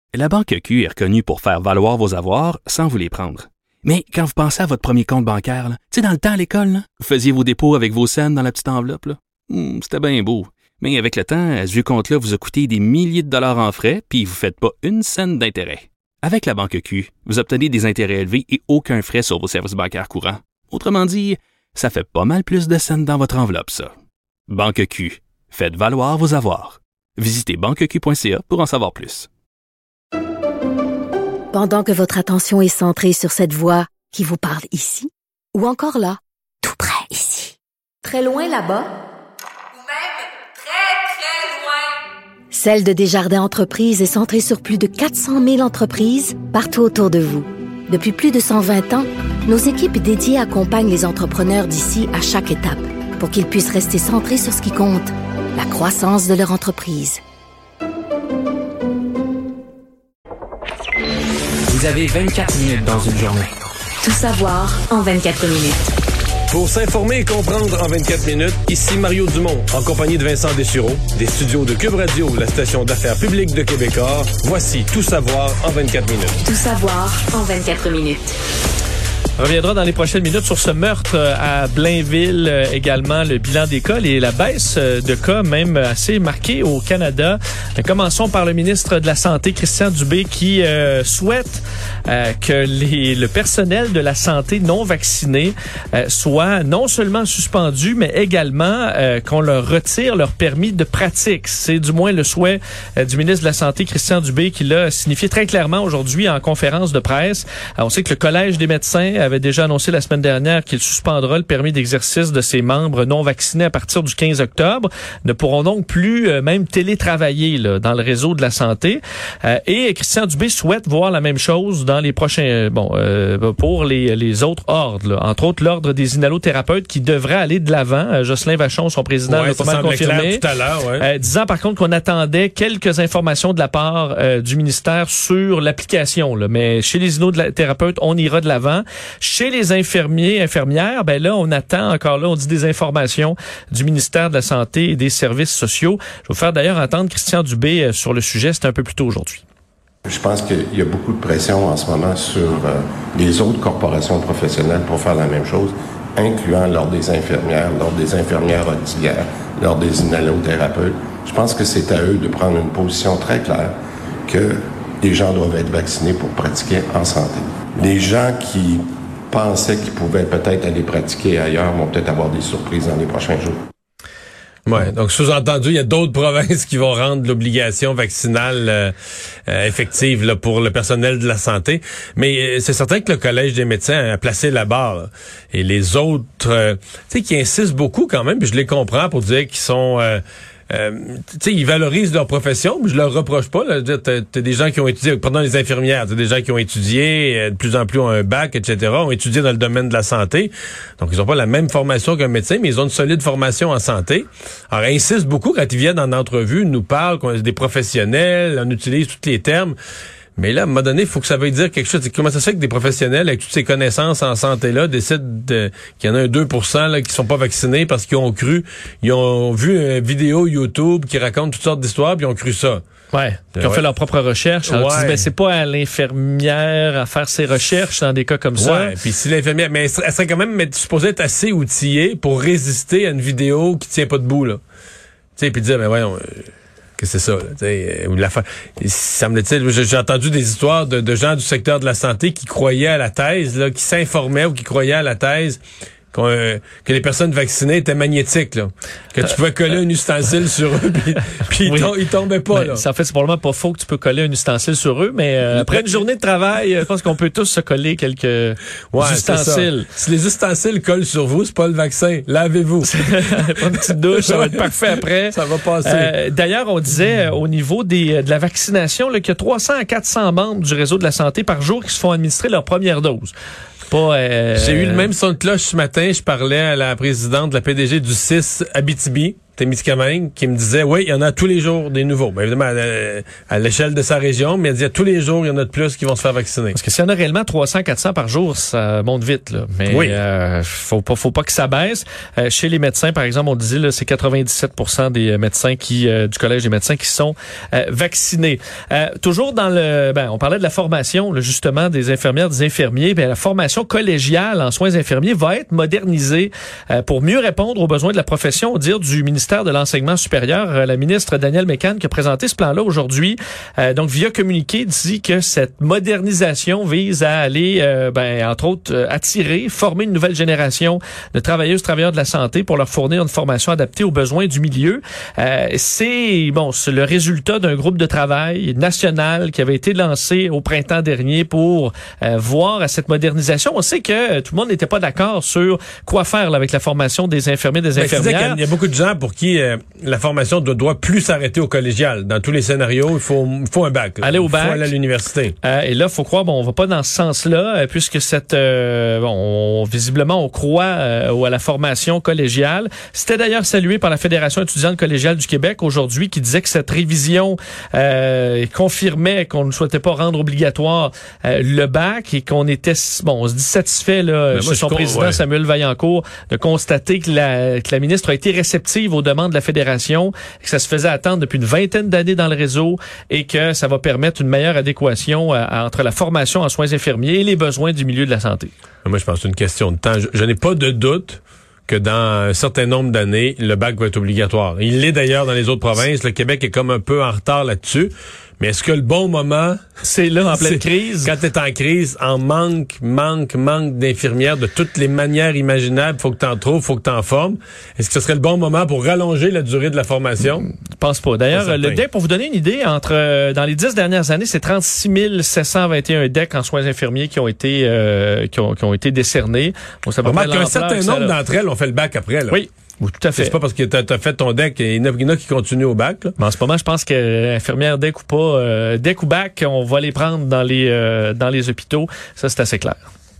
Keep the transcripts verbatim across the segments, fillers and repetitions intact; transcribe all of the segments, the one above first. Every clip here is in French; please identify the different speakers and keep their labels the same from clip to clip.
Speaker 1: La Banque Q est reconnue pour faire valoir vos avoirs sans vous les prendre. Mais quand vous pensez à votre premier compte bancaire, tu sais, dans le temps à l'école, là, vous faisiez vos dépôts avec vos scènes dans la petite enveloppe. Là. Hum, c'était bien beau. Mais avec le temps, ce vieux compte-là vous a coûté des milliers de dollars en frais, puis vous ne faites pas une scène d'intérêt. Avec la Banque Q, vous obtenez des intérêts élevés et aucun frais sur vos services bancaires courants. Autrement dit, ça fait pas mal plus de scènes dans votre enveloppe, ça. Banque Q. Faites valoir vos avoirs. Visitez banque q point c a pour en savoir plus.
Speaker 2: Pendant que votre attention est centrée sur cette voix qui vous parle ici, ou encore là, tout près ici, très loin là-bas,
Speaker 3: ou même très, très loin,
Speaker 2: Celle de Desjardins Entreprises est centrée sur plus de quatre cent mille entreprises partout autour de vous. Depuis plus de cent vingt ans, nos équipes dédiées accompagnent les entrepreneurs d'ici à chaque étape pour qu'ils puissent rester centrés sur ce qui compte, la croissance de leur entreprise.
Speaker 4: Vous avez vingt-quatre minutes dans une journée.
Speaker 2: Tout savoir en vingt-quatre minutes.
Speaker 5: Pour s'informer et comprendre en vingt-quatre minutes, ici Mario Dumont, en compagnie de Vincent Dessureau, des studios de Cube Radio, la station d'affaires publique de Québécois. Voici Tout savoir en vingt-quatre minutes.
Speaker 2: Tout savoir en vingt-quatre minutes.
Speaker 6: On reviendra dans les prochaines minutes sur ce meurtre à Blainville, également le bilan des cas et la baisse de cas même assez marquée au Canada. Commençons par le ministre de la Santé, Christian Dubé, qui euh, souhaite euh, que les, le personnel de la santé non vacciné euh, soit non seulement suspendu, mais également euh, qu'on leur retire leur permis de pratique. C'est du moins le souhait euh, du ministre de la Santé, Christian Dubé, qui l'a signifié très clairement aujourd'hui en conférence de presse. Alors, on sait que le Collège des médecins avait déjà annoncé la semaine dernière qu'il suspendra le permis d'exercice de ses membres non vaccinés à partir du quinze octobre. Ne pourront donc plus euh, même télétravailler là, dans le réseau de la santé. Euh, et Christian Dubé souhaite voir la même chose dans les prochains, euh, bon, euh, pour les, les autres ordres. Là. Entre autres, l'ordre des inhalothérapeutes qui devrait aller de l'avant. Euh, Jocelyn Vachon, son président,
Speaker 5: ouais,
Speaker 6: l'a pas mal confirmé.
Speaker 5: Tout à l'heure, ouais.
Speaker 6: euh, disant par contre qu'on attendait quelques informations de la part euh, du ministère sur l'application. Là. Mais chez les inhalothérapeutes, on ira de l'avant. Chez les infirmiers, infirmières, ben là, on attend encore là, on dit des informations du ministère de la Santé et des Services sociaux. Je vais vous faire d'ailleurs entendre Christian Dubé sur le sujet, c'était un peu plus tôt aujourd'hui.
Speaker 7: Je pense qu'il y a beaucoup de pression en ce moment sur euh, les autres corporations professionnelles pour faire la même chose, incluant l'ordre des infirmières, l'ordre des infirmières auxiliaires, l'ordre des inhalothérapeutes. Je pense que c'est à eux de prendre une position très claire que les gens doivent être vaccinés pour pratiquer en santé. Les gens qui pensaient qu'ils pouvaient peut-être aller pratiquer ailleurs vont peut-être avoir des surprises dans les prochains jours.
Speaker 5: Ouais, donc sous-entendu, il y a d'autres provinces qui vont rendre l'obligation vaccinale euh, euh, effective là, pour le personnel de la santé. Mais euh, c'est certain que le Collège des médecins a placé la barre. Là. Et les autres, euh, tu sais, qui insistent beaucoup quand même, puis je les comprends pour dire qu'ils sont... Euh, Euh, tu sais, ils valorisent leur profession, mais je leur reproche pas. Là. T'as, t'as des gens qui ont étudié, pardon, les infirmières, t'as des gens qui ont étudié, euh, de plus en plus ont un bac, et cetera, ont étudié dans le domaine de la santé. Donc, ils ont pas la même formation qu'un médecin, mais ils ont une solide formation en santé. Alors, ils insistent beaucoup quand ils viennent en entrevue, ils nous parlent qu'on est des professionnels, on utilise tous les termes. Mais là, à un moment donné, il faut que ça veuille dire quelque chose. Comment ça se fait que des professionnels, avec toutes ces connaissances en santé-là, décident de, qu'il y en a un deux pour cent là, qui sont pas vaccinés parce qu'ils ont cru, ils ont vu une vidéo YouTube qui raconte toutes sortes d'histoires, puis ils ont cru ça.
Speaker 6: Ouais, qui ont
Speaker 5: ouais.
Speaker 6: fait leur propre recherche. Alors,
Speaker 5: ouais.
Speaker 6: tu dis, ben, c'est pas à l'infirmière à faire ses recherches dans des cas comme ça.
Speaker 5: Ouais, puis si l'infirmière, mais elle serait quand même supposée être assez outillée pour résister à une vidéo qui tient pas debout, là. Tu sais, puis dire, ben voyons... que c'est ça, tu sais, ou la fa... semble-t-il, j'ai entendu des histoires de, de gens du secteur de la santé qui croyaient à la thèse, là, qui s'informaient ou qui croyaient à la thèse euh, que les personnes vaccinées étaient magnétiques, là, que tu pouvais coller un ustensile sur eux, puis, puis oui. ils tombaient pas.
Speaker 6: Ben,
Speaker 5: là.
Speaker 6: Ça, en fait, c'est probablement pas faux que tu peux coller un ustensile sur eux, mais euh, après une journée de travail, je pense qu'on peut tous se coller quelques ouais, ustensiles.
Speaker 5: Si les ustensiles collent sur vous, c'est pas le vaccin. Lavez-vous.
Speaker 6: Pas une petite douche, ça va être parfait après.
Speaker 5: Ça va passer.
Speaker 6: Euh, d'ailleurs, on disait euh, au niveau des, de la vaccination là, qu'il y a trois cents à quatre cents membres du réseau de la santé par jour qui se font administrer leur première dose. Pas, euh,
Speaker 5: J'ai eu le même son de cloche ce matin. Je parlais à la présidente de la P D G du C I S Abitibi. Témiscamingue, qui me disait, oui, il y en a tous les jours des nouveaux. Ben, évidemment, à, à l'échelle de sa région, mais elle disait, tous les jours, il y en a de plus qui vont se faire vacciner.
Speaker 6: Parce que s'il y en a réellement trois cents, quatre cents par jour, ça monte vite, là. Mais,
Speaker 5: oui.
Speaker 6: euh, faut pas, faut pas que ça baisse. Euh, chez les médecins, par exemple, on disait, là, c'est quatre-vingt-dix-sept pour cent des médecins qui, euh, du Collège des médecins qui sont euh, vaccinés. Euh, toujours dans le, ben, on parlait de la formation, là, justement, des infirmières, des infirmiers. Ben, la formation collégiale en soins infirmiers va être modernisée euh, pour mieux répondre aux besoins de la profession, au dire du ministère de l'Enseignement supérieur. Euh, la ministre Danielle Mécan qui a présenté ce plan-là aujourd'hui, euh, donc via communiqué, dit que cette modernisation vise à aller, euh, ben, entre autres, euh, attirer, former une nouvelle génération de travailleuses, travailleurs de la santé pour leur fournir une formation adaptée aux besoins du milieu. Euh, c'est, bon, c'est le résultat d'un groupe de travail national qui avait été lancé au printemps dernier pour euh, voir à cette modernisation. On sait que euh, tout le monde n'était pas d'accord sur quoi faire là, avec la formation des infirmiers, des
Speaker 5: ben,
Speaker 6: infirmières.
Speaker 5: Il y a beaucoup de gens pour qui euh, la formation doit, doit plus s'arrêter au collégial. Dans tous les scénarios, il faut, il faut un bac. Là.
Speaker 6: Aller au
Speaker 5: il
Speaker 6: bac.
Speaker 5: faut aller à l'université.
Speaker 6: Euh, et là, faut croire, bon, on va pas dans ce sens-là, euh, puisque cette, euh, bon, on, visiblement, on croit euh, à la formation collégiale. C'était d'ailleurs salué par la Fédération étudiante collégiale du Québec aujourd'hui, qui disait que cette révision euh, confirmait qu'on ne souhaitait pas rendre obligatoire euh, le bac et qu'on était, bon, on se dit satisfait là, chez son président ouais. Samuel Vaillancourt de constater que la, que la ministre a été réceptive aux demandes de la Fédération, que ça se faisait attendre depuis une vingtaine d'années dans le réseau et que ça va permettre une meilleure adéquation euh, entre la formation en soins infirmiers et les besoins du milieu de la santé.
Speaker 5: Moi, je pense que c'est une question de temps. Je, je n'ai pas de doute que dans un certain nombre d'années, le bac va être obligatoire. Il l'est d'ailleurs dans les autres provinces. Le Québec est comme un peu en retard là-dessus. Mais est-ce que le bon moment...
Speaker 6: C'est là, en pleine crise.
Speaker 5: Quand t'es en crise, en manque, manque, manque d'infirmières de toutes les manières imaginables, faut que t'en trouves, faut que t'en formes. Est-ce que ce serait le bon moment pour rallonger la durée de la formation?
Speaker 6: Je pense pas. D'ailleurs, le D E C, pour vous donner une idée, entre euh, dans les dix dernières années, c'est trente-six mille sept cent vingt et un D E C en soins infirmiers qui ont été euh, qui, ont, qui ont été décernés.
Speaker 5: Bon, ça remarque qu'un certain nombre d'entre elles ont fait le bac après, là.
Speaker 6: Oui. Oui, tout à fait.
Speaker 5: C'est pas parce que t'as, t'as fait ton D E C, il y en a qui continuent au bac. Là.
Speaker 6: Mais en ce moment, je pense que infirmières D E C ou pas, euh, D E C ou bac, on va les prendre dans les euh, dans les hôpitaux. Ça, c'est assez clair.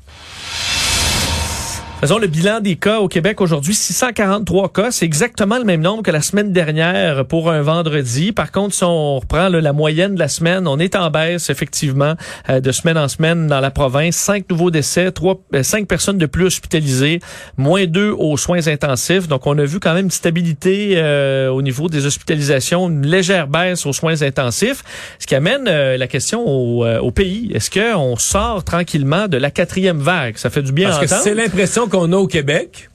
Speaker 6: Faisons le bilan des cas au Québec aujourd'hui. six cent quarante-trois cas, c'est exactement le même nombre que la semaine dernière pour un vendredi. Par contre, si on reprend là, la moyenne de la semaine, on est en baisse effectivement euh, de semaine en semaine dans la province. Cinq nouveaux décès, trois, euh, cinq personnes de plus hospitalisées, moins deux aux soins intensifs. Donc, on a vu quand même une stabilité euh, au niveau des hospitalisations, une légère baisse aux soins intensifs, ce qui amène euh, la question au, euh, au pays. Est-ce qu'on sort tranquillement de la quatrième vague? Ça fait du bien à entendre.
Speaker 5: Parce que c'est l'impression qu'on a au Québec,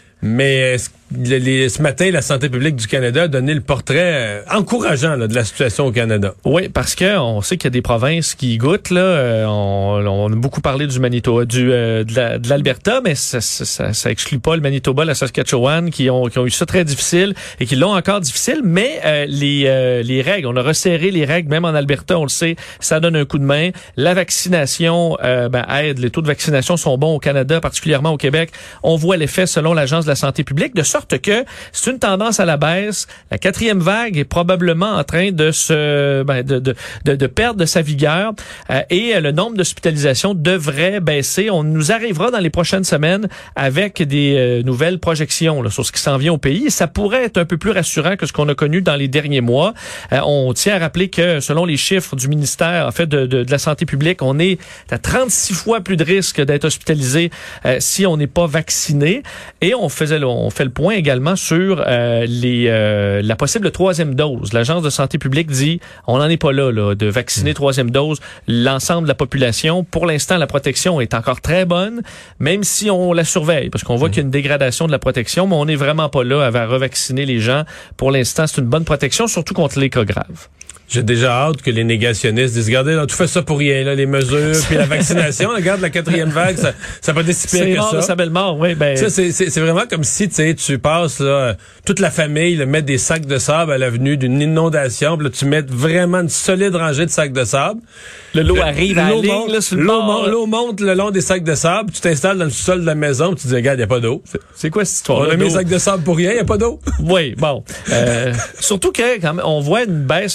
Speaker 5: mais le, les, ce matin, la Santé publique du Canada a donné le portrait euh, encourageant là, de la situation au Canada.
Speaker 6: Oui, parce que on sait qu'il y a des provinces qui goûtent. Là, euh, on, on a beaucoup parlé du Manitoba, du euh, de, la, de l'Alberta, mais ça, ça, ça exclut pas le Manitoba, la Saskatchewan, qui ont, qui ont eu ça très difficile et qui l'ont encore difficile. Mais euh, les, euh, les règles, on a resserré les règles, même en Alberta, on le sait, ça donne un coup de main. La vaccination euh, ben, aide. Les taux de vaccination sont bons au Canada, particulièrement au Québec. On voit l'effet selon l'Agence de la santé publique, de sorte que c'est une tendance à la baisse. La quatrième vague est probablement en train de se ben, de, de, de, de perdre de sa vigueur euh, et le nombre d'hospitalisations devrait baisser. On nous arrivera dans les prochaines semaines avec des euh, nouvelles projections là, sur ce qui s'en vient au pays. Et ça pourrait être un peu plus rassurant que ce qu'on a connu dans les derniers mois. Euh, on tient à rappeler que selon les chiffres du ministère en fait de, de, de la santé publique, on est à trente-six fois plus de risque d'être hospitalisé euh, si on n'est pas vacciné. Et on faisait on fait le point également sur euh, les euh, la possible troisième dose. L'Agence de santé publique dit on n'en est pas là, là de vacciner mmh. troisième dose l'ensemble de la population. Pour l'instant, la protection est encore très bonne, même si on la surveille, parce qu'on voit mmh. qu'il y a une dégradation de la protection, mais on n'est vraiment pas là à revacciner les gens. Pour l'instant, c'est une bonne protection, surtout contre les cas graves.
Speaker 5: J'ai déjà hâte que les négationnistes disent, regardez, on a tout fait ça pour rien, là, les mesures, puis la vaccination, regarde la quatrième vague, ça, ça va déciper que ça. C'est mort de
Speaker 6: sa belle mort, oui, ben.
Speaker 5: Ça, c'est, c'est, c'est vraiment comme si, tu sais, tu passes, là, toute la famille, là, mettre des sacs de sable à l'avenue d'une inondation, puis là, tu mets vraiment une solide rangée de sacs de sable.
Speaker 6: Le lot le, arrive à la ligne, là, sur le
Speaker 5: l'eau,
Speaker 6: bord.
Speaker 5: L'eau monte le long des sacs de sable, tu t'installes dans le sous-sol de la maison, puis tu dis, regarde, il n'y a pas d'eau.
Speaker 6: C'est, c'est quoi cette histoire?
Speaker 5: On a mis des sacs de sable pour rien, il n'y a pas d'eau.
Speaker 6: Oui, bon. Euh, surtout que, quand même, on voit une baisse, là, qui se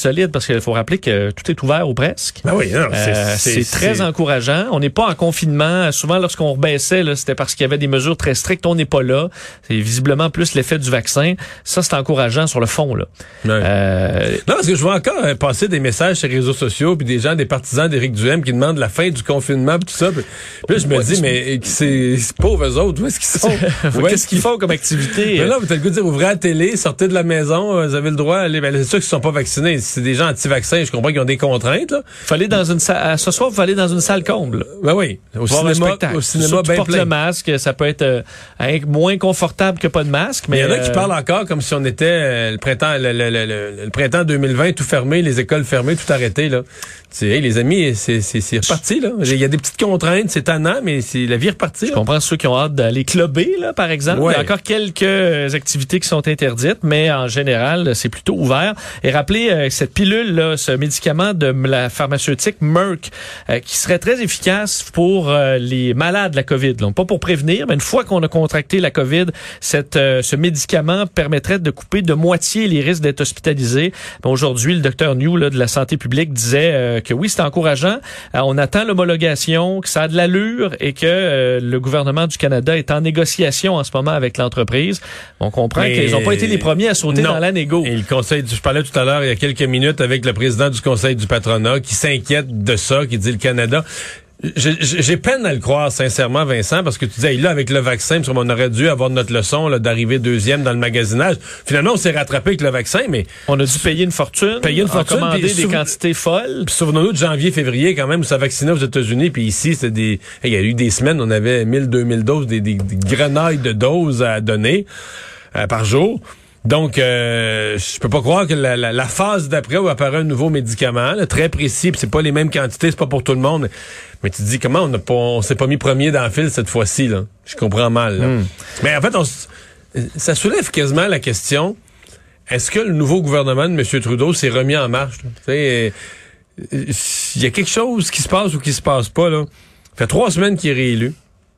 Speaker 6: solide parce qu'il faut rappeler que tout est ouvert ou presque.
Speaker 5: Ben oui, non, c'est,
Speaker 6: euh,
Speaker 5: c'est,
Speaker 6: c'est très
Speaker 5: c'est...
Speaker 6: encourageant. On n'est pas en confinement. Souvent, lorsqu'on rebaissait, là, c'était parce qu'il y avait des mesures très strictes. On n'est pas là. C'est visiblement plus l'effet du vaccin. Ça, c'est encourageant sur le fond, là.
Speaker 5: Ouais.
Speaker 6: Euh...
Speaker 5: Non, parce que je vois encore euh, passer des messages sur les réseaux sociaux puis des gens, des partisans d'Éric Duhaime qui demandent la fin du confinement pis tout ça. Puis, puis là, je me
Speaker 6: ouais,
Speaker 5: dis,
Speaker 6: c'est...
Speaker 5: mais c'est, c'est pauvres eux autres. Où est-ce qu'ils sont?
Speaker 6: Qu'est-ce qu'ils font comme activité?
Speaker 5: Mais là, vous avez le goût de dire, ouvrez la télé, sortez de la maison, vous avez le droit d'aller. Ben, c'est sûr qu'ils sont pas vaccinés. Si c'est des gens anti-vaccins, je comprends qu'ils ont des contraintes, là.
Speaker 6: Fallait dans une salle, ce soir, il fallait dans une salle comble.
Speaker 5: Ben oui. Au
Speaker 6: voir
Speaker 5: cinéma,
Speaker 6: au
Speaker 5: cinéma,
Speaker 6: bien
Speaker 5: plein.
Speaker 6: Le masque, ça peut être euh, moins confortable que pas de masque. Mais
Speaker 5: il y en a
Speaker 6: euh...
Speaker 5: qui parlent encore comme si on était euh, le printemps, le, le, le, le, le printemps deux mille vingt, tout fermé, les écoles fermées, tout arrêté, là. Tu sais, hey, les amis, c'est, c'est, c'est reparti, là. Il y a des petites contraintes, c'est tannant, mais c'est la vie est repartie.
Speaker 6: Je
Speaker 5: là.
Speaker 6: comprends ceux qui ont hâte d'aller clubber, là, par exemple.
Speaker 5: Ouais.
Speaker 6: Il y a encore quelques activités qui sont interdites, mais en général, c'est plutôt ouvert. Et rappelez euh, cette pilule, là, ce médicament de la pharmaceutique Merck, euh, qui serait très efficace pour euh, les malades de la COVID. Là. Pas pour prévenir, mais une fois qu'on a contracté la COVID, cette, euh, ce médicament permettrait de couper de moitié les risques d'être hospitalisé. Bon, aujourd'hui, le docteur New là, de la santé publique disait euh, que oui, c'est encourageant. Euh, on attend l'homologation, que ça a de l'allure et que euh, le gouvernement du Canada est en négociation en ce moment avec l'entreprise. On comprend
Speaker 5: mais...
Speaker 6: qu'ils n'ont pas été les premiers à sauter
Speaker 5: non.
Speaker 6: dans la négo.
Speaker 5: Et le conseil, du, je parlais tout à l'heure, il y a quelques minutes, avec le président du conseil du patronat qui s'inquiète de ça, qui dit le Canada... J'ai, j'ai peine à le croire, sincèrement, Vincent, parce que tu disais, là, avec le vaccin, on aurait dû avoir notre leçon là, d'arriver deuxième dans le magasinage. Finalement, on s'est rattrapé avec le vaccin, mais...
Speaker 6: On a dû payer une fortune,
Speaker 5: payer une fortune,
Speaker 6: commander
Speaker 5: des
Speaker 6: souv... quantités folles.
Speaker 5: Puis souvenons-nous de janvier, février, quand même, où ça vaccinait aux États-Unis, puis ici, c'était des... Il y a eu des semaines, on avait mille, deux mille doses, des, des, des grenailles de doses à donner euh, par jour. Donc, euh, je peux pas croire que la, la, la phase d'après où apparaît un nouveau médicament, là, très précis, puis c'est pas les mêmes quantités, c'est pas pour tout le monde. Mais tu te dis, comment on a pas, on s'est pas mis premier dans le fil cette fois-ci, là? Je comprends mal, là. Mm. Mais en fait, on, ça soulève quasiment la question, est-ce que le nouveau gouvernement de M. Trudeau s'est remis en marche? Tu sais, il y a quelque chose qui se passe ou qui se passe pas, là. Ça fait trois semaines qu'il est réélu.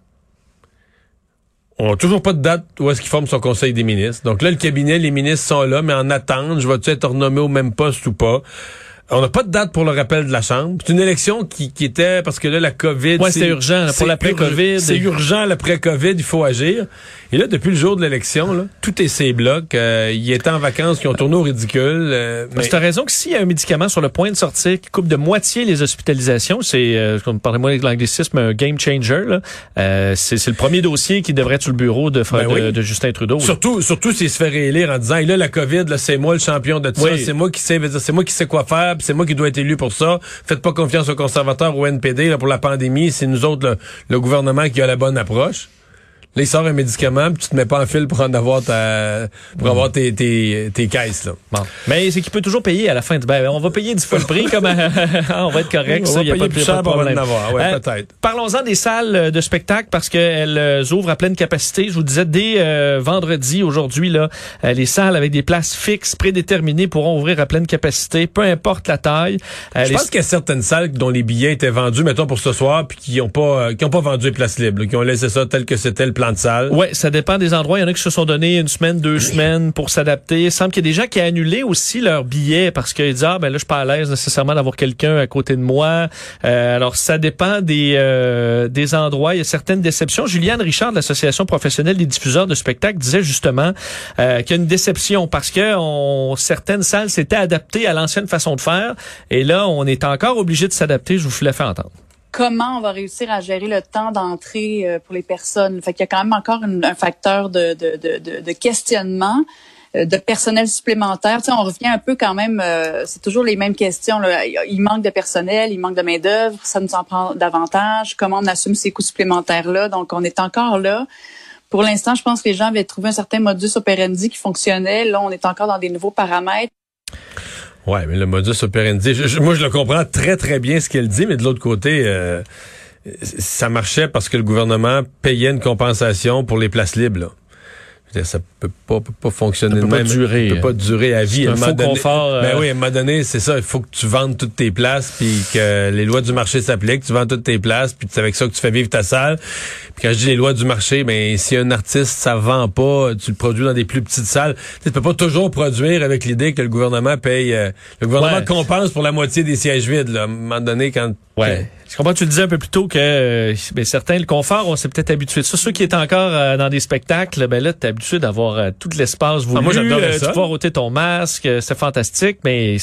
Speaker 5: On n'a toujours pas de date où est-ce qu'il forme son conseil des ministres. Donc là, le cabinet, les ministres sont là, mais en attente, je vais-tu être renommé au même poste ou pas? On n'a pas de date pour le rappel de la Chambre. C'est une élection qui, qui était, parce que là, la COVID...
Speaker 6: Ouais, c'est urgent, là, pour l'après-COVID.
Speaker 5: C'est urgent, l'après-COVID, il faut agir. Et là, depuis le jour de l'élection, là, tout est ces blocs. Euh, il est en vacances, qui ont tourné au ridicule. Euh, mais...
Speaker 6: Tu as raison que s'il y a un médicament sur le point de sortir qui coupe de moitié les hospitalisations, c'est, euh, comme parlez-moi de l'anglicisme, un game changer. Là. Euh, c'est, c'est le premier dossier qui devrait être sur le bureau de, ben de, oui. de Justin Trudeau.
Speaker 5: Surtout, surtout s'il se fait réélire en disant, et là, la COVID, là, c'est moi le champion de ça, oui. c'est moi qui sais, c'est moi qui sais quoi faire, c'est moi qui dois être élu pour ça. Faites pas confiance aux conservateurs ou au N P D là, pour la pandémie. C'est nous autres, le, le gouvernement qui a la bonne approche. Là, il sort un médicament, puis tu te mets pas en fil pour en avoir ta, pour mmh. avoir tes, tes, tes caisses, là.
Speaker 6: Bon. Mais c'est qu'il peut toujours payer à la fin. Ben, on va payer dix fois le prix, comme, on va être correct,
Speaker 5: on
Speaker 6: ça,
Speaker 5: va
Speaker 6: y a
Speaker 5: payer
Speaker 6: pas
Speaker 5: plus cher pour en avoir, ouais, euh, peut-être.
Speaker 6: Parlons-en des salles de spectacle, parce qu'elles euh, ouvrent à pleine capacité. Je vous disais, dès euh, vendredi, aujourd'hui, là, euh, les salles avec des places fixes, prédéterminées, pourront ouvrir à pleine capacité, peu importe la taille. Euh,
Speaker 5: Je
Speaker 6: les...
Speaker 5: pense qu'il y a certaines salles dont les billets étaient vendus, mettons, pour ce soir, puis qui ont pas, euh, qui ont pas vendu les places libres, là, qui ont laissé ça tel que c'était le plan de salle.
Speaker 6: Ouais, ça dépend des endroits. Il y en a qui se sont donné une semaine, deux semaines pour s'adapter. Il semble qu'il y a des gens qui ont annulé aussi leurs billets parce qu'ils disent, ah, ben là, je suis pas à l'aise nécessairement d'avoir quelqu'un à côté de moi. Euh, alors, ça dépend des, euh, des endroits. Il y a certaines déceptions. Juliane Richard de l'Association professionnelle des diffuseurs de spectacles disait justement euh, qu'il y a une déception parce que on, certaines salles s'étaient adaptées à l'ancienne façon de faire. Et là, on est encore obligé de s'adapter. Je vous l'ai fait entendre.
Speaker 8: Comment on va réussir à gérer le temps d'entrée euh, pour les personnes. Fait qu'il y a quand même encore une, un facteur de, de, de, de, de questionnement, euh, de personnel supplémentaire. Tu sais, on revient un peu quand même, euh, c'est toujours les mêmes questions. Là. Il manque de personnel, il manque de main-d'œuvre, ça nous en prend davantage. Comment on assume ces coûts supplémentaires-là? Donc, on est encore là. Pour l'instant, je pense que les gens avaient trouvé un certain modus operandi qui fonctionnait. Là, on est encore dans des nouveaux paramètres.
Speaker 5: Ouais, mais le modus operandi, je, je, moi je le comprends très très bien ce qu'elle dit, mais de l'autre côté, euh, ça marchait parce que le gouvernement payait une compensation pour les places libres. Là. Ça peut pas, peut pas fonctionner.
Speaker 6: Ça peut
Speaker 5: même,
Speaker 6: pas durer.
Speaker 5: Ça peut pas durer à vie.
Speaker 6: C'est un faux
Speaker 5: donné,
Speaker 6: confort.
Speaker 5: Ben
Speaker 6: euh...
Speaker 5: oui, à un moment donné, c'est ça. Il faut que tu vendes toutes tes places, puis que les lois du marché s'appliquent. Tu vends toutes tes places, puis c'est avec ça que tu fais vivre ta salle. Puis quand je dis les lois du marché, ben si un artiste ça vend pas, tu le produis dans des plus petites salles. Tu peux pas toujours produire avec l'idée que le gouvernement paye. Euh, le gouvernement ouais. compense pour la moitié des sièges vides. Là. À un moment donné, quand
Speaker 6: ouais. Je comprends, tu le disais un peu plus tôt que euh, ben, certains, le confort, on s'est peut-être habitué de ça. Ceux qui étaient encore euh, dans des spectacles, ben là, t'es habitué d'avoir euh, tout l'espace voulu. Ah, moi, j'adorais euh, ça. Tu peux ôter ton masque, euh, c'est fantastique, mais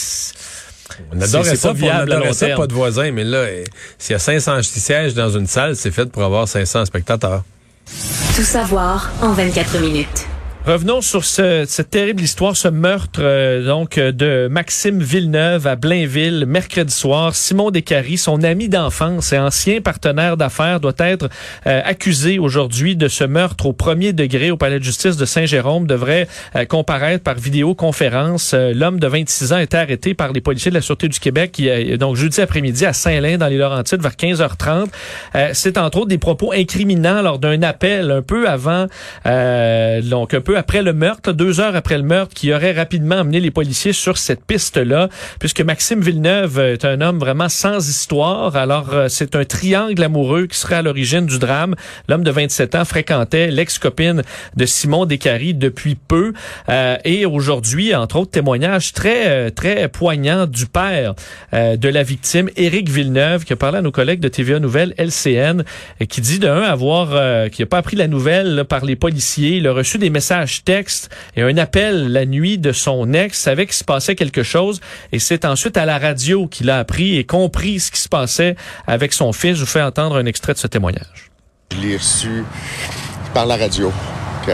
Speaker 5: on adorait ça,
Speaker 6: pas viable
Speaker 5: on adorait
Speaker 6: à long
Speaker 5: ça,
Speaker 6: terme.
Speaker 5: Pas de voisins, mais là, eh, s'il y a cinq cents sièges dans une salle, c'est fait pour avoir cinq cents spectateurs.
Speaker 2: Tout savoir en vingt-quatre minutes.
Speaker 6: Revenons sur ce, cette terrible histoire, ce meurtre euh, donc de Maxime Villeneuve à Blainville mercredi soir. Simon Descaries, son ami d'enfance et ancien partenaire d'affaires, doit être euh, accusé aujourd'hui de ce meurtre au premier degré au palais de justice de Saint-Jérôme. Devrait euh, comparaître par vidéoconférence. Euh, l'homme de vingt-six ans a été arrêté par les policiers de la Sûreté du Québec qui, euh, donc jeudi après-midi à Saint-Lin dans les Laurentides vers quinze heures trente. Euh, c'est entre autres des propos incriminants lors d'un appel un peu avant, euh, donc un peu après le meurtre, deux heures après le meurtre, qui aurait rapidement amené les policiers sur cette piste-là, puisque Maxime Villeneuve est un homme vraiment sans histoire. Alors, euh, c'est un triangle amoureux qui serait à l'origine du drame. L'homme de vingt-sept ans fréquentait l'ex-copine de Simon Descaries depuis peu. Euh, et aujourd'hui, entre autres, témoignages très, euh, très poignants du père euh, de la victime, Éric Villeneuve, qui a parlé à nos collègues de T V A Nouvelles L C N, et qui dit d'un avoir, euh, qui n'a pas appris la nouvelle là, par les policiers. Il a reçu des messages texte et un appel la nuit de son ex, savait qu'il se passait quelque chose et c'est ensuite à la radio qu'il a appris et compris ce qui se passait avec son fils. Je vous fais entendre un extrait de ce témoignage.
Speaker 9: Je l'ai reçu par la radio qu'il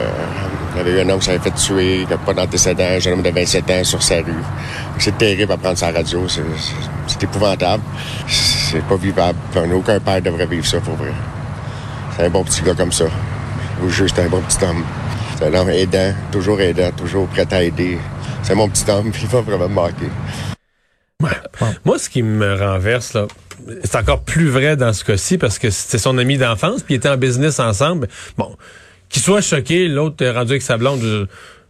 Speaker 9: y avait eu un homme qui s'avait fait tuer, qui n'avait pas d'antécédent, un jeune homme de vingt-sept ans sur sa rue. C'est terrible à prendre sa radio, c'est, c'est, c'est épouvantable. C'est pas vivable. Enfin, aucun père devrait vivre ça, pour vrai. C'est un bon petit gars comme ça. Je vous jure, c'est un bon petit homme. C'est un homme aidant, toujours aidant, toujours prêt à aider. C'est mon petit homme, puis il va vraiment me manquer.
Speaker 5: Ouais. Bon. Moi, ce qui me renverse, là, c'est encore plus vrai dans ce cas-ci, parce que c'est son ami d'enfance, puis ils étaient en business ensemble. Bon, qu'il soit choqué, l'autre est rendu avec sa blonde, je,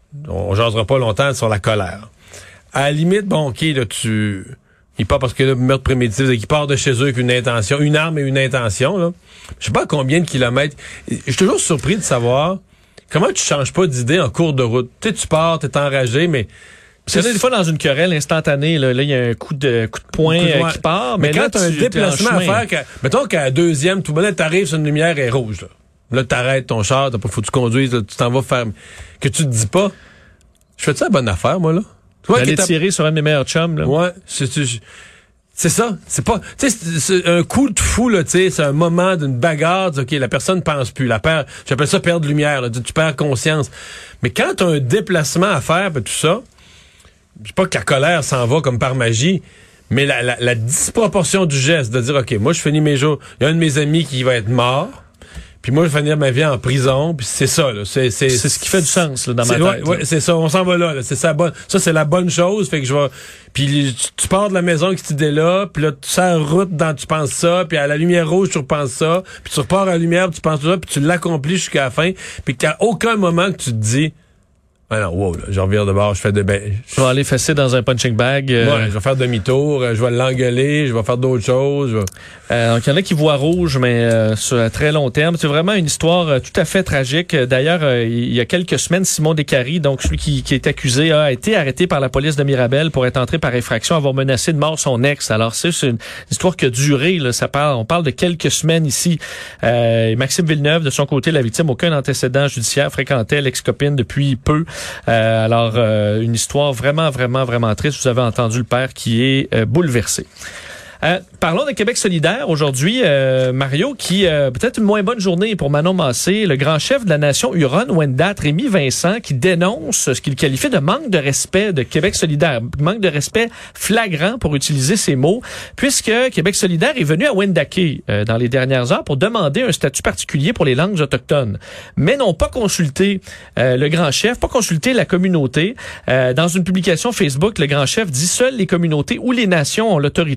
Speaker 5: on jasera pas longtemps sur la colère. À la limite, bon, OK, là, tu... Il part parce que le meurtre prémédité, il part de chez eux avec une intention, une arme et une intention, là. Je sais pas à combien de kilomètres. Je suis toujours surpris de savoir... Comment tu changes pas d'idée en cours de route? Tu sais, tu pars, t'es enragé, mais...
Speaker 6: C'est des fois dans une querelle instantanée, là, il y a un coup de coup de poing coup de euh, qui part.
Speaker 5: Mais, mais quand
Speaker 6: là,
Speaker 5: t'as un déplacement à faire, qu'à, mettons qu'à la deuxième, tout le monde t'arrives sur une lumière est rouge, là. Là, t'arrêtes ton char, t'as pas, faut que tu conduises, là, tu t'en vas faire... Que tu te dis pas, je fais-tu la bonne affaire, moi, là?
Speaker 6: D'aller tirer sur un de mes meilleurs chums, là.
Speaker 5: Ouais, c'est... c'est C'est ça, c'est pas, tu sais, c'est, c'est un coup de fou là, tu sais, c'est un moment d'une bagarre, ok, la personne pense plus, la perd, j'appelle ça perdre lumière, là, tu, tu perds conscience. Mais quand t'as un déplacement à faire, ben tout ça, je sais pas que la colère s'en va comme par magie, mais la, la, la disproportion du geste de dire, ok, moi je finis mes jours, il y a un de mes amis qui va être mort. Puis moi, je vais finir ma vie en prison, puis c'est ça, là. C'est, c'est,
Speaker 6: c'est ce qui fait du sens, là, dans ma tête.
Speaker 5: Ouais, ouais, c'est ça, on s'en va là, là. C'est ça, bonne, ça, c'est la bonne chose, fait que je vais, puis tu, tu pars de la maison avec cette idée-là, puis là, tu sors route dans, tu penses ça, puis à la lumière rouge, tu repenses ça, puis tu repars à la lumière, puis tu penses ça, puis tu l'accomplis jusqu'à la fin, puis qu'à aucun moment que tu te dis, ah non, wow, là, je reviens de bord, je fais de ben,
Speaker 6: je vais aller fesser dans un punching bag. Euh...
Speaker 5: Ouais, je vais faire demi-tour, je vais l'engueuler, je vais faire d'autres choses. Je vais...
Speaker 6: euh, donc il y en a qui voient rouge, mais euh, sur un très long terme, c'est vraiment une histoire euh, tout à fait tragique. D'ailleurs, euh, il y a quelques semaines, Simon Descaries, donc celui qui, qui est accusé, a été arrêté par la police de Mirabel pour être entré par effraction, avoir menacé de mort son ex. Alors c'est, c'est une histoire qui a duré. Là, ça parle, on parle de quelques semaines ici. Euh, Maxime Villeneuve, de son côté, la victime, aucun antécédent judiciaire, fréquentait l'ex-copine depuis peu. Euh, alors, euh, une histoire vraiment, vraiment, vraiment triste. Vous avez entendu le père qui est euh, bouleversé. Euh, parlons de Québec solidaire aujourd'hui, euh, Mario, qui euh, peut-être une moins bonne journée pour Manon Massé, le grand chef de la nation Huron-Wendat, Rémi Vincent, qui dénonce ce qu'il qualifie de manque de respect de Québec solidaire, manque de respect flagrant pour utiliser ces mots, puisque Québec solidaire est venu à Wendake euh, dans les dernières heures pour demander un statut particulier pour les langues autochtones, mais n'ont pas consulté euh, le grand chef, pas consulté la communauté. Euh, dans une publication Facebook, le grand chef dit « Seules les communautés ou les nations ont l'autorité de se prononcer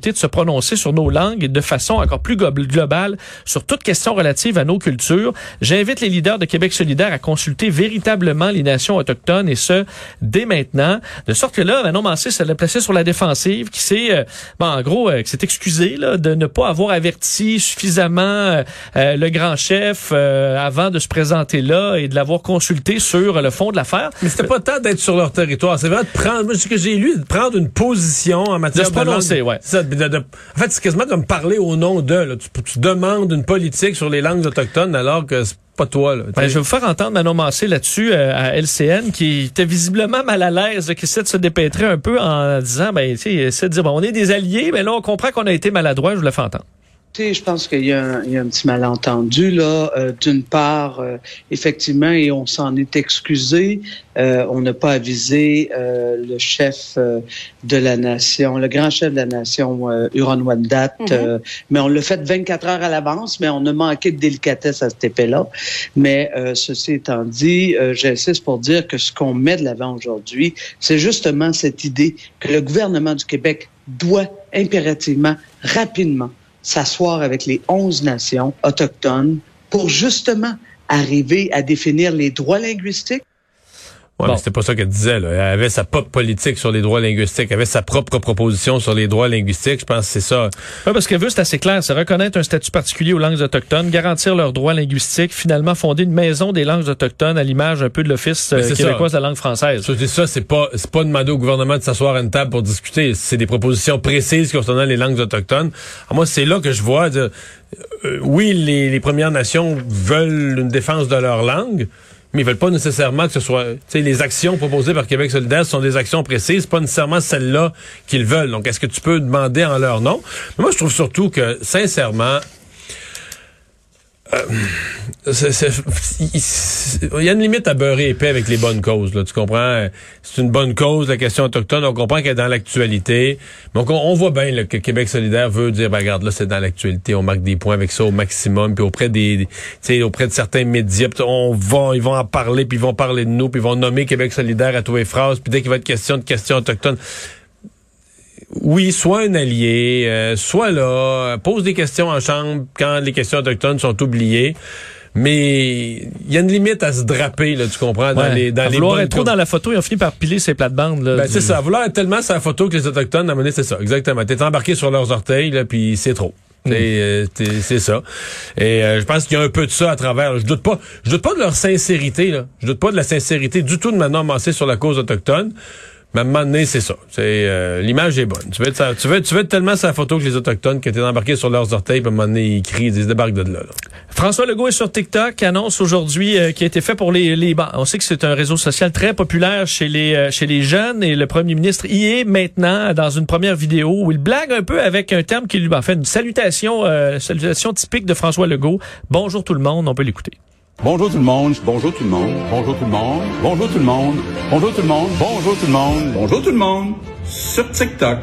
Speaker 6: prononcer sur nos langues et de façon encore plus globale sur toute question relative à nos cultures. J'invite les leaders de Québec solidaire à consulter véritablement les nations autochtones et ce, dès maintenant. De sorte que là, Manon Mancé se l'a placé sur la défensive, qui s'est, euh, bon, en gros, euh, qui s'est excusé là, de ne pas avoir averti suffisamment euh, euh, le grand chef euh, avant de se présenter là et de l'avoir consulté sur le fond de l'affaire.
Speaker 5: Mais c'était pas tant d'être sur leur territoire, c'est vrai de prendre, moi, ce que j'ai lu, de prendre une position en matière de,
Speaker 6: de se prononcer,
Speaker 5: langue.
Speaker 6: Ouais.
Speaker 5: Ça, de, de, en fait, c'est quasiment comme parler au nom d'eux. Là. Tu, tu demandes une politique sur les langues autochtones alors que c'est pas toi. Là,
Speaker 6: ben, je vais vous faire entendre Manon Mancé là-dessus euh, à L C N, qui était visiblement mal à l'aise, là, qui essaie de se dépêtrer un peu en disant, ben, tu sais, essaie de dire, bon, on est des alliés, mais là, on comprend qu'on a été maladroit, je vous le fais entendre.
Speaker 10: Je pense qu'il y a un, il y a un petit malentendu là. Euh, d'une part, euh, effectivement, et on s'en est excusé, euh, on n'a pas avisé euh, le chef euh, de la nation, le grand chef de la nation euh, Huron-Wendat, mm-hmm. euh, mais on l'a fait vingt-quatre heures à l'avance, mais on a manqué de délicatesse à cet épée-là. Mais euh, ceci étant dit, euh, j'insiste pour dire que ce qu'on met de l'avant aujourd'hui, c'est justement cette idée que le gouvernement du Québec doit impérativement, rapidement, s'asseoir avec les onze nations autochtones pour justement arriver à définir les droits linguistiques.
Speaker 5: Ouais, bon. Mais c'était pas ça qu'elle disait, là. Elle avait sa propre politique sur les droits linguistiques. Elle avait sa propre proposition sur les droits linguistiques. Je pense que c'est ça.
Speaker 6: Oui, parce qu'elle veut, c'est assez clair. C'est reconnaître un statut particulier aux langues autochtones, garantir leurs droits linguistiques, finalement fonder une maison des langues autochtones à l'image un peu de l'Office euh, québécois de la langue française.
Speaker 5: C'est ça, c'est pas, c'est pas demander au gouvernement de s'asseoir à une table pour discuter. C'est des propositions précises concernant les langues autochtones. Alors moi, c'est là que je vois, dire, euh, oui, les, les Premières Nations veulent une défense de leur langue, mais ils veulent pas nécessairement que ce soit... Tu sais, les actions proposées par Québec solidaire sont des actions précises, pas nécessairement celles-là qu'ils veulent. Donc, est-ce que tu peux demander en leur nom? Mais moi, je trouve surtout que, sincèrement... Euh, c'est, c'est, il y a une limite à beurrer épais avec les bonnes causes, là, tu comprends? C'est une bonne cause, la question autochtone, on comprend qu'elle est dans l'actualité. Donc, on, on voit bien là, que Québec solidaire veut dire, ben regarde, là, c'est dans l'actualité, on marque des points avec ça au maximum, puis auprès des, des tu sais, auprès de certains médias, on va, ils vont en parler, puis ils vont parler de nous, puis ils vont nommer Québec solidaire à tous les phrases, puis dès qu'il va être question de questions autochtones, oui, soit un allié, euh, soit là, pose des questions en chambre quand les questions autochtones sont oubliées. Mais il y a une limite à se draper, là, tu comprends, dans
Speaker 6: ouais,
Speaker 5: les dans
Speaker 6: à
Speaker 5: les
Speaker 6: vouloir
Speaker 5: bonnes
Speaker 6: être trop dans la photo, ils ont fini par piler ces plates-bandes. Là,
Speaker 5: ben,
Speaker 6: du...
Speaker 5: c'est ça, à vouloir être tellement sur la photo que les Autochtones, à un moment donné, c'est ça, exactement. T'es embarqué sur leurs orteils, là, puis c'est trop. Mm. Euh, c'est ça. Et euh, je pense qu'il y a un peu de ça à travers. Je doute pas, je doute pas de leur sincérité, là. Je doute pas de la sincérité du tout de Manon Mancé sur la cause autochtone. Mais à un moment donné, c'est ça. C'est, euh, l'image est bonne. Tu veux, être, tu, veux, tu veux être tellement sa photo que les Autochtones, que t'es embarqué sur leurs orteils, puis à un moment donné, ils crient, ils se débarquent de là, là.
Speaker 6: François Legault est sur TikTok, annonce aujourd'hui euh, qui a été fait pour les, les bancs. On sait que c'est un réseau social très populaire chez les euh, chez les jeunes et le premier ministre y est maintenant dans une première vidéo où il blague un peu avec un terme qui lui en fait une salutation, euh, salutation typique de François Legault. Bonjour tout le monde, on peut l'écouter.
Speaker 11: Bonjour tout le monde, bonjour tout le monde, bonjour tout le monde, bonjour tout le monde, bonjour tout le monde, bonjour tout le monde, bonjour tout le monde, sur TikTok.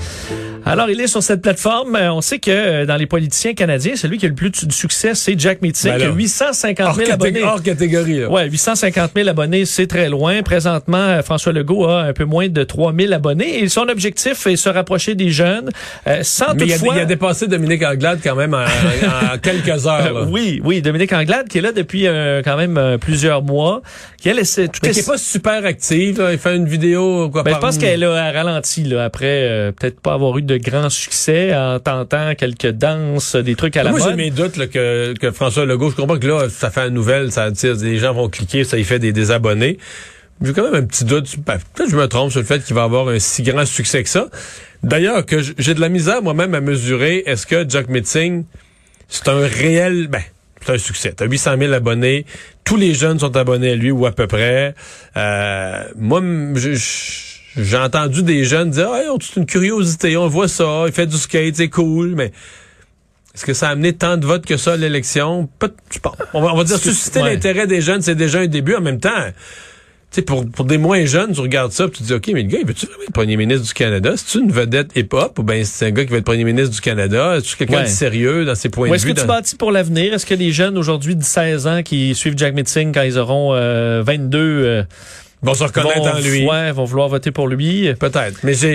Speaker 6: Alors, il est sur cette plateforme. On sait que dans les politiciens canadiens, celui qui a le plus de succès, c'est Jack Meeting, ben qui a huit cent cinquante mille abonnés.
Speaker 5: Hors catégorie, là.
Speaker 6: Ouais, huit cent cinquante mille abonnés, c'est très loin. Présentement, François Legault a un peu moins de trois mille abonnés. Et son objectif est de se rapprocher des jeunes, euh, sans
Speaker 5: Mais
Speaker 6: toutefois...
Speaker 5: il a, a dépassé Dominique Anglade quand même en, en quelques heures. Là.
Speaker 6: Oui, oui, Dominique Anglade, qui est là depuis euh, quand même euh, plusieurs mois. Qui, elle, c'est, tout
Speaker 5: Mais
Speaker 6: est...
Speaker 5: qui est pas super active. Là. Il fait une vidéo... Quoi,
Speaker 6: ben,
Speaker 5: par...
Speaker 6: Je pense qu'elle a ralenti là, après euh, peut-être pas avoir eu de grands succès en tentant quelques danses, des trucs à la
Speaker 5: Moi,
Speaker 6: mode.
Speaker 5: Moi, j'ai mes doutes là, que, que François Legault, je comprends que là, ça fait une nouvelle, ça attire, les gens vont cliquer, ça y fait des, des abonnés. J'ai quand même un petit doute, ben, peut-être que je me trompe sur le fait qu'il va avoir un si grand succès que ça. D'ailleurs, que j'ai de la misère moi-même à mesurer, est-ce que Jack Meeting, c'est un réel... Ben, c'est un succès. T'as huit cent mille abonnés. Tous les jeunes sont abonnés à lui, ou à peu près. Euh, moi, je... J'ai entendu des jeunes dire hey, « c'est une curiosité, on voit ça, il fait du skate, c'est cool, mais est-ce que ça a amené tant de votes que ça à l'élection? » Je pense. On va, on va dire susciter ouais. l'intérêt des jeunes, c'est déjà un début. En même temps, tu sais, pour, pour des moins jeunes, tu regardes ça, puis tu te dis « OK, mais le gars, il veut-tu vraiment être premier ministre du Canada? C'est-tu une vedette hip-hop ou bien c'est un gars qui veut être premier ministre du Canada? Est-ce quelqu'un ouais. de sérieux dans ses points
Speaker 6: ou
Speaker 5: de vue?
Speaker 6: Est-ce que tu
Speaker 5: dans...
Speaker 6: bâtis pour l'avenir? Est-ce que les jeunes aujourd'hui de seize ans qui suivent Jack Meeting quand ils auront euh, vingt-deux... Euh,
Speaker 5: vont se reconnaître
Speaker 6: vont,
Speaker 5: en lui.
Speaker 6: Ouais, vont vouloir voter pour lui.
Speaker 5: Peut-être. Mais j'ai,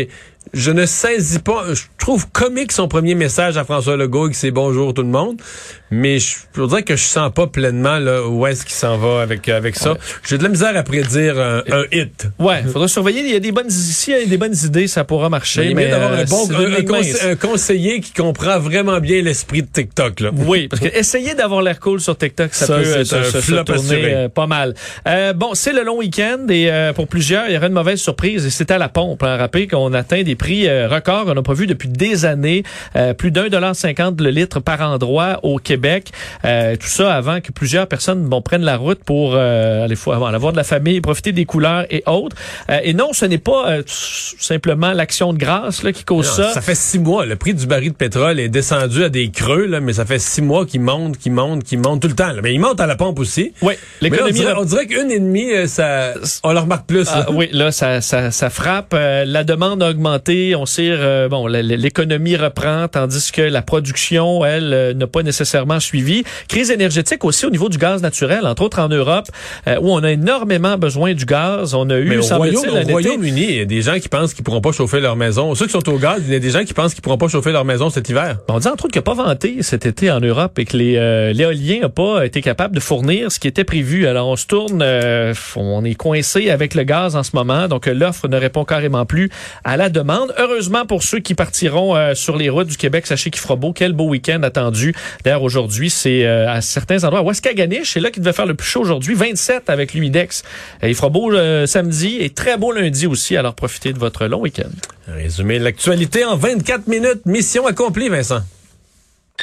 Speaker 5: je ne saisis pas, je trouve comique son premier message à François Legault, qui c'est bonjour tout le monde, mais je peux dire que je sens pas pleinement là, où est-ce qu'il s'en va avec avec ça. Ouais. J'ai de la misère à prédire un, un hit.
Speaker 6: Ouais, il faudra surveiller, il y a des bonnes ici, il y a des bonnes idées, ça pourra marcher.
Speaker 5: Mais,
Speaker 6: mais
Speaker 5: il d'avoir
Speaker 6: euh,
Speaker 5: un bon un, un, conse- un conseiller qui comprend vraiment bien l'esprit de TikTok là.
Speaker 6: Oui, parce que essayer d'avoir l'air cool sur TikTok, ça, ça peut euh, se, se tourner euh, pas mal. Euh, bon, c'est le long week-end et euh, pour plusieurs, il y aura une mauvaise surprise et c'est à la pompe. Hein. Rappelez qu'on atteint des prix euh, records, on n'a pas vu depuis des années, euh, plus d'un dollar cinquante le litre par endroit au Québec. Euh, tout ça avant que plusieurs personnes bon, prennent la route pour euh, aller, avant, aller voir de la famille, profiter des couleurs et autres. Euh, et non, ce n'est pas euh, simplement l'action de grâce là, qui cause
Speaker 5: non,
Speaker 6: ça.
Speaker 5: Ça fait six mois. Le prix du baril de pétrole est descendu à des creux, là, mais ça fait six mois qu'il monte, qu'il monte, qu'il monte tout le temps. Là. Mais il monte à la pompe aussi.
Speaker 6: Oui, l'économie.
Speaker 5: Là, on dirait, dirait qu'une et demie, ça, on le remarque plus.
Speaker 6: Ah, oui, là, ça, ça, ça frappe. Euh, la demande a augmenté. On sait, euh, bon, l'économie reprend, tandis que la production, elle, euh, n'a pas nécessairement suivi. Crise énergétique aussi au niveau du gaz naturel, entre autres en Europe, euh, où on a énormément besoin du gaz. On a eu,
Speaker 5: mais au
Speaker 6: semble-t-il,
Speaker 5: Royaume, au Royaume-Uni, il y a des gens qui pensent qu'ils pourront pas chauffer leur maison. Ceux qui sont au gaz, il y a des gens qui pensent qu'ils pourront pas chauffer leur maison cet hiver.
Speaker 6: On dit entre autres qu'il n'y a pas venté cet été en Europe et que les euh, l'éolien n'a pas été capable de fournir ce qui était prévu. Alors on se tourne, euh, on est coincé avec le gaz en ce moment, donc euh, l'offre ne répond carrément plus à la demande. Heureusement pour ceux qui partiront euh, sur les routes du Québec, sachez qu'il fera beau. Quel beau week-end attendu. D'ailleurs aujourd'hui, c'est euh, à certains endroits. Ouaskaganish, c'est là qu'il devait faire le plus chaud aujourd'hui, vingt-sept avec l'humidex. Euh, il fera beau euh, samedi et très beau lundi aussi. Alors profitez de votre long week-end.
Speaker 5: Résumé l'actualité en vingt-quatre minutes. Mission accomplie, Vincent.